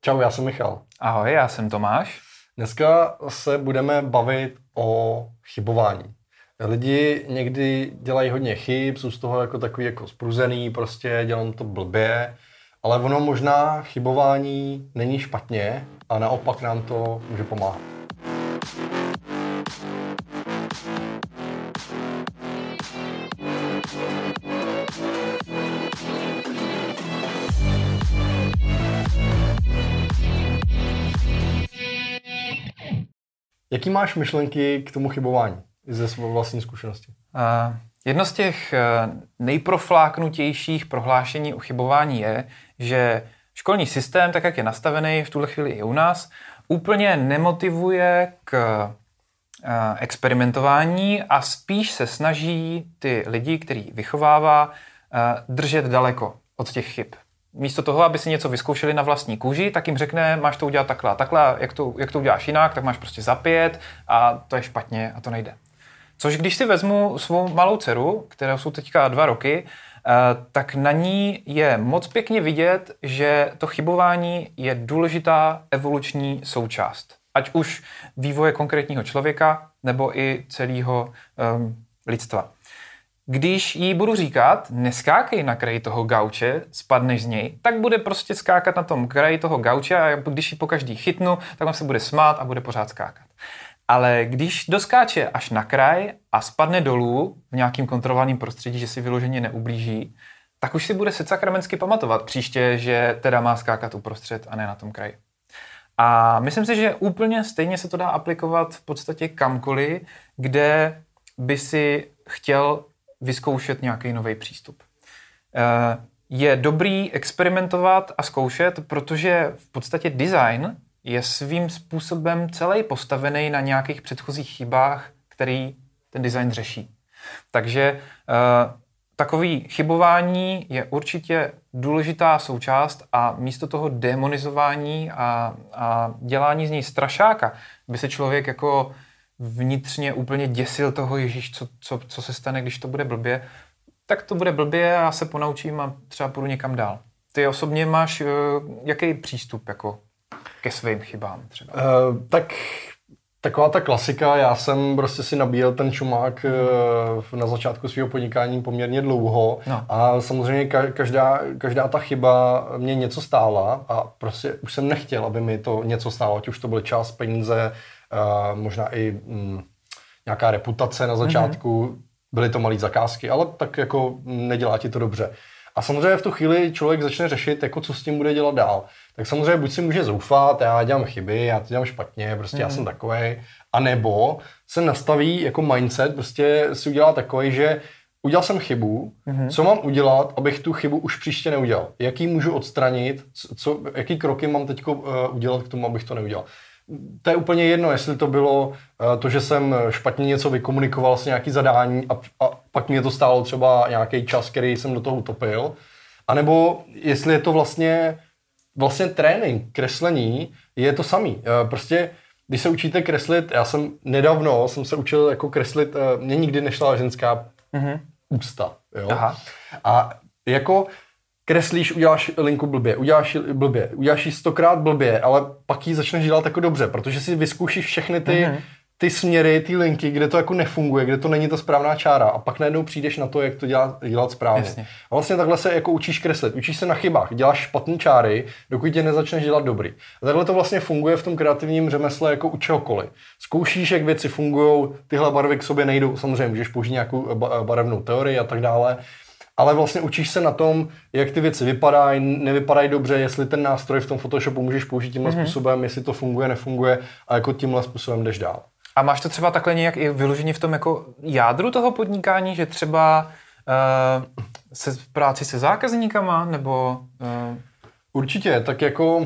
Čau, já jsem Michal. Ahoj, já jsem Tomáš. Dneska se budeme bavit o chybování. Lidi někdy dělají hodně chyb, jsou z toho jako takový jako spruzený, prostě dělám to blbě, ale ono možná chybování není špatně a naopak nám to může pomáhat. Jaký máš myšlenky k tomu chybování ze své vlastní zkušenosti? Jedno z těch nejprofláknutějších prohlášení o chybování je, že školní systém, tak jak je nastavený v tuhle chvíli i u nás, úplně nemotivuje k experimentování a spíš se snaží ty lidi, který vychovává, držet daleko od těch chyb. Místo toho, aby si něco vyzkoušeli na vlastní kůži, tak jim řekne, máš to udělat takhle a takhle, jak to uděláš jinak, tak máš prostě zapět a to je špatně a to nejde. Což když si vezmu svou malou dceru, která jsou teďka 2 roky, tak na ní je moc pěkně vidět, že to chybování je důležitá evoluční součást. Ať už vývoje konkrétního člověka, nebo i celého lidstva. Když jí budu říkat, neskákej na kraji toho gauče, spadneš z něj, tak bude prostě skákat na tom kraji toho gauče a když ji pokaždý chytnu, tak on se bude smát a bude pořád skákat. Ale když doskáče až na kraj a spadne dolů v nějakým kontrolovaném prostředí, že si vyloženě neublíží, tak už si bude sakramensky pamatovat příště, že teda má skákat uprostřed a ne na tom kraji. A myslím si, že úplně stejně se to dá aplikovat v podstatě kamkoliv, kde by si chtěl vyzkoušet nějaký nový přístup. Je dobrý experimentovat a zkoušet, protože v podstatě design je svým způsobem celý postavený na nějakých předchozích chybách, který ten design řeší. Takže takový chybování je určitě důležitá součást a místo toho demonizování a dělání z něj strašáka by se člověk jako vnitřně úplně děsil toho, ježíš, co se stane, když to bude blbě, tak to bude blbě a já se ponaučím a třeba půjdu někam dál. Ty osobně máš jaký přístup jako ke svým chybám třeba? Taková ta klasika, já jsem prostě si nabíjel ten čumák na začátku svého podnikání poměrně dlouho a samozřejmě každá ta chyba mě něco stála a prostě už jsem nechtěl, aby mi to něco stálo, ať už to byl čas, peníze, možná i nějaká reputace na začátku, byly to malé zakázky, ale tak jako nedělá ti to dobře. A samozřejmě v tu chvíli člověk začne řešit, jako co s tím bude dělat dál. Tak samozřejmě buď si může zoufat, já dělám chyby, já to dělám špatně, prostě já jsem takovej, anebo se nastaví jako mindset, prostě si udělá takovej, že udělal jsem chybu, co mám udělat, abych tu chybu už příště neudělal. Jaký můžu odstranit, jaký kroky mám teďko udělat k tomu, abych to neudělal. To je úplně jedno, jestli to bylo to, že jsem špatně něco vykomunikoval s nějaký zadání a pak mě to stálo třeba nějaký čas, který jsem do toho utopil, anebo jestli je to vlastně trénink, kreslení, je to samý. Prostě, když se učíte kreslit, já jsem nedávno se učil jako kreslit, mě nikdy nešla ženská ústa. Jo? Aha. A jako kreslíš, uděláš linku blbě, uděláš ji 100krát blbě, ale pak ji začneš dělat jako dobře, protože si vyzkoušíš všechny ty směry, ty linky, kde to jako nefunguje, kde to není ta správná čára a pak najednou přijdeš na to, jak to dělat správně. Jasně. A vlastně takhle se jako učíš kreslit, učíš se na chybách, děláš špatný čáry, dokud tě nezačneš dělat dobrý. A takhle to vlastně funguje v tom kreativním řemesle jako u čehokoliv. Zkoušíš, jak věci fungujou, tyhle barvy k sobě nejdou, samozřejmě můžeš použít nějakou barevnou teorii a tak dále. Ale vlastně učíš se na tom, jak ty věci vypadají, nevypadají dobře, jestli ten nástroj v tom Photoshopu můžeš použít tímhle způsobem, jestli to funguje, nefunguje a jako tímhle způsobem jdeš dál. A máš to třeba takhle nějak i vyloženě v tom jako jádru toho podnikání, že třeba se v práci se zákazníkama, nebo... Určitě, tak jako...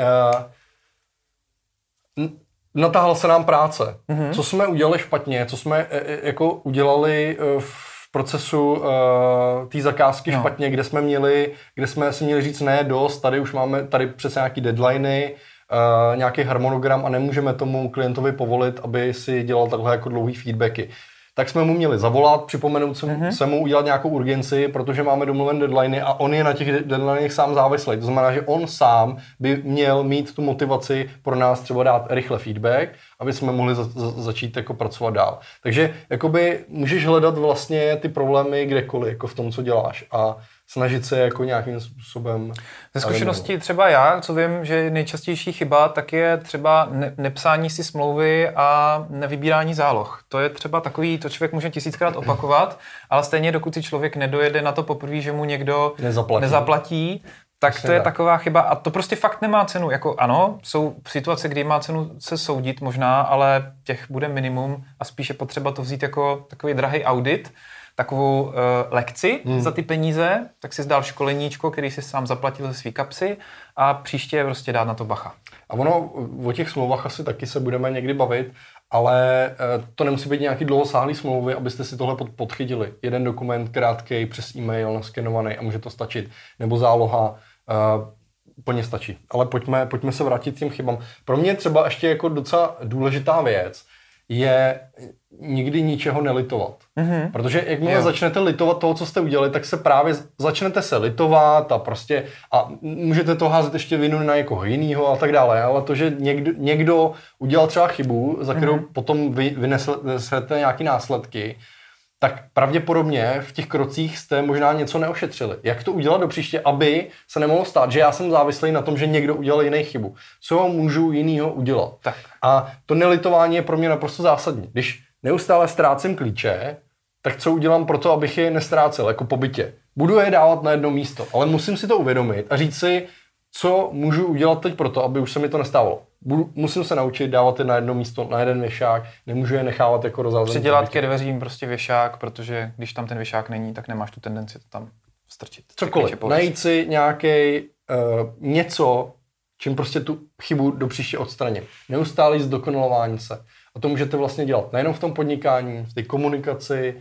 natáhla se nám práce. Co jsme udělali špatně, co jsme jako udělali v procesu té zakázky špatně, kde jsme si měli říct ne, dost, tady už máme tady přece nějaký deadliny, nějaký harmonogram a nemůžeme tomu klientovi povolit, aby si dělal takhle jako dlouhý feedbacky. tak jsme mu měli zavolat, připomenout se mu, udělat nějakou urgenci, protože máme domluven deadliny a on je na těch deadlinech sám závislý. To znamená, že on sám by měl mít tu motivaci pro nás třeba dát rychle feedback, aby jsme mohli začít jako pracovat dál. Takže jakoby můžeš hledat vlastně ty problémy kdekoliv, jako v tom, co děláš a snažit se jako nějakým způsobem... Ze zkušenosti třeba já, co vím, že nejčastější chyba, tak je třeba nepsání si smlouvy a nevybírání záloh. To je třeba takový, to člověk může 1000krát opakovat, ale stejně dokud si člověk nedojede na to poprvé, že mu někdo nezaplatí, tak to je taková chyba a to prostě fakt nemá cenu. Jako ano, jsou situace, kdy má cenu se soudit možná, ale těch bude minimum a spíše potřeba to vzít jako takový drahý audit, takovou lekci za ty peníze, tak si dal školeníčko, který si sám zaplatil ze svý kapsy a příště prostě dát na to bacha. A ono, o těch smlouvách asi taky se budeme někdy bavit, ale to nemusí být nějaký dlouhosáhlý smlouvy, abyste si tohle podchytili. Jeden dokument krátkej přes e-mail naskenovaný a může to stačit. Nebo záloha úplně stačí. Ale pojďme se vrátit k těm chybám. Pro mě třeba ještě jako docela důležitá věc je nikdy ničeho nelitovat. Protože jakmile začnete litovat toho, co jste udělali, tak se právě začnete se litovat a můžete to házet ještě vinu na někoho jinýho a tak dále, ale to, že někdo udělal třeba chybu, za kterou potom vynesete nějaký následky, tak pravděpodobně v těch krocích jste možná něco neošetřili. Jak to udělat do příště, aby se nemohlo stát, že já jsem závislý na tom, že někdo udělal jiný chybu. Co můžu jinýho udělat? Tak. A to nelitování je pro mě naprosto zásadní. Když neustále ztrácím klíče, tak co udělám pro to, abych je nestrácel, jako po bytě? Budu je dávat na jedno místo, ale musím si to uvědomit a říct si, co můžu udělat teď pro to, aby už se mi to nestávalo. Musím se naučit dávat je na jedno místo, na jeden věšák, nemůžu je nechávat jako rozházený. Přidělat ke dveřím prostě věšák, protože když tam ten věšák není, tak nemáš tu tendenci to tam strčit. Cokoliv, najít si nějaký něco, čím prostě tu chybu do příště odstraním. Neustálý zdokonalování se. A to můžete vlastně dělat nejenom v tom podnikání, v té komunikaci,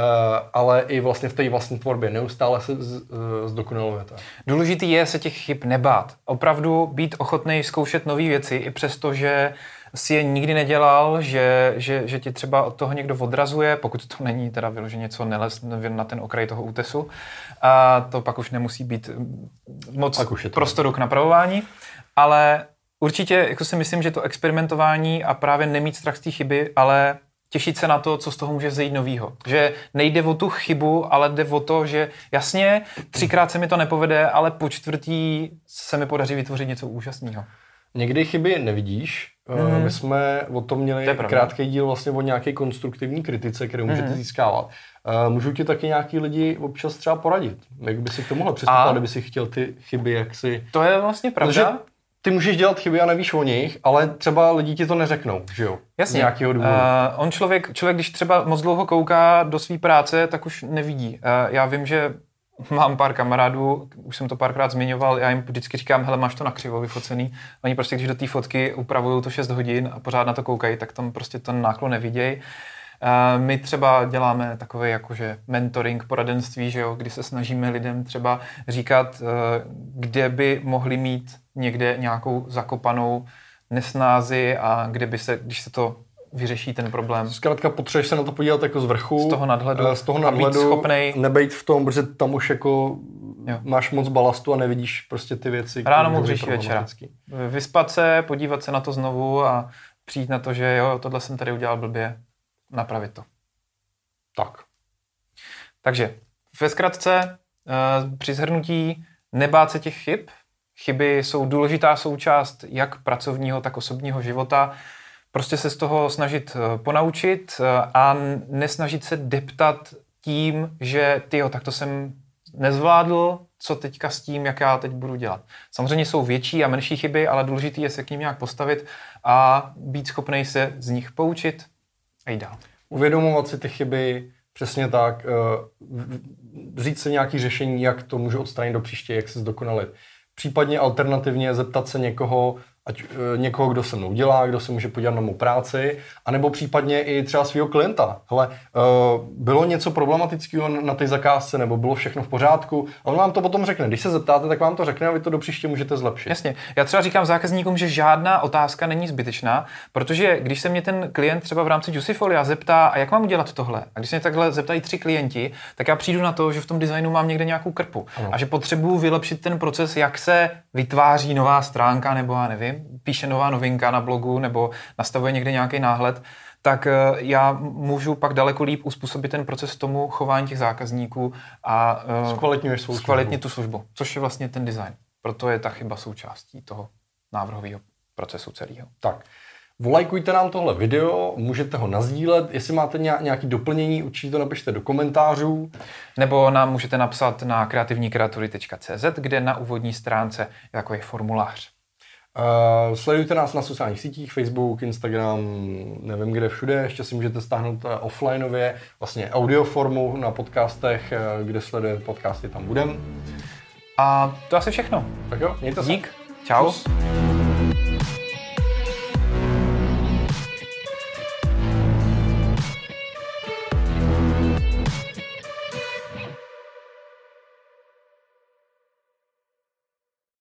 ale i vlastně v té vlastní tvorbě. Neustále se zdokonalujete. Důležitý je se těch chyb nebát. Opravdu být ochotný zkoušet nové věci, i přesto, že si je nikdy nedělal, že tě třeba od toho někdo odrazuje, pokud to není teda vyloženě něco nelez na ten okraj toho útesu. A to pak už nemusí být moc prostoru k napravování. Ale určitě jako si myslím, že to experimentování a právě nemít strach z té chyby, ale těšit se na to, co z toho může vzejít novýho. Že nejde o tu chybu, ale jde o to, že jasně, 3krát se mi to nepovede, ale po 4. se mi podaří vytvořit něco úžasného. Někdy chyby nevidíš. My jsme o tom měli krátký díl vlastně o nějaké konstruktivní kritice, kterou můžete získávat. Můžou ti taky nějaký lidi občas třeba poradit. Jak by si k tomu mohl přistupovat, kdyby si chtěl ty chyby jaksi... To je vlastně pravda. Protože ty můžeš dělat chyby a nevíš o nich, ale třeba lidi ti to neřeknou, že jo? Jasně. Z nějakého důvodu. Člověk, když třeba moc dlouho kouká do své práce, tak už nevidí. Já vím, že mám pár kamarádů, už jsem to párkrát zmiňoval, já jim vždycky říkám, hele, máš to nakřivo vyfocený. Oni prostě, když do té fotky upravují to 6 hodin a pořád na to koukají, tak tam prostě ten náklon nevidějí. My třeba děláme takový jakože mentoring, poradenství, že jo, kdy se snažíme lidem třeba říkat, kde by mohli mít někde nějakou zakopanou nesnázi a kde by se, když se to vyřeší ten problém. Zkrátka potřebuješ se na to podívat jako z vrchu, z toho nadhledu a být schopnej nebejt v tom, protože tam už jako máš moc balastu a nevidíš prostě ty věci. Ráno moudřejší večera. Vyspat se, podívat se na to znovu a přijít na to, že jo, tohle jsem tady udělal blbě, napravit to. Tak. Takže ve zkratce při shrnutí nebát se těch chyb. Chyby jsou důležitá součást jak pracovního, tak osobního života. Prostě se z toho snažit ponaučit a nesnažit se deptat tím, že tak to jsem nezvládl, co teďka s tím, jak já teď budu dělat. Samozřejmě jsou větší a menší chyby, ale důležité je se k ním nějak postavit a být schopný se z nich poučit a jít dál. Uvědomovat si ty chyby, přesně tak, říct si nějaké řešení, jak to můžu odstranit do příště, jak se zdokonalit. Případně alternativně zeptat se někoho ať někoho, kdo se mnou dělá, kdo se může podívat na mou práci, anebo případně i třeba svého klienta. Hele, bylo něco problematického na té zakázce, nebo bylo všechno v pořádku, a on vám to potom řekne. Když se zeptáte, tak vám to řekne a vy to do příště můžete zlepšit. Jasně. Já třeba říkám zákazníkům, že žádná otázka není zbytečná, protože když se mě ten klient třeba v rámci Juicifolia zeptá, a jak mám udělat tohle? A když se mě takhle zeptají 3 klienti, tak já přijdu na to, že v tom designu mám někde nějakou krpu a že potřebuju vylepšit ten proces, jak se vytváří nová stránka, nebo já nevím, píše nová novinka na blogu nebo nastavuje někde nějaký náhled, tak já můžu pak daleko líp uspůsobit ten proces tomu chování těch zákazníků a zkvalitnit tu službu, což je vlastně ten design. Proto je ta chyba součástí toho návrhového procesu celého. Tak, volajkujte nám tohle video, můžete ho nasdílet, jestli máte nějaké doplnění, určitě to napište do komentářů. Nebo nám můžete napsat na kreativnikreatury.cz, kde na úvodní stránce je takový formulář. Sledujte nás na sociálních sítích, Facebook, Instagram, nevím kde všude, ještě si můžete stáhnout offlineově, vlastně audioformu na podcastech, kde sledujete podcasty, tam budem. A to asi všechno. Tak jo, mějte se. Dík, čau. Čus.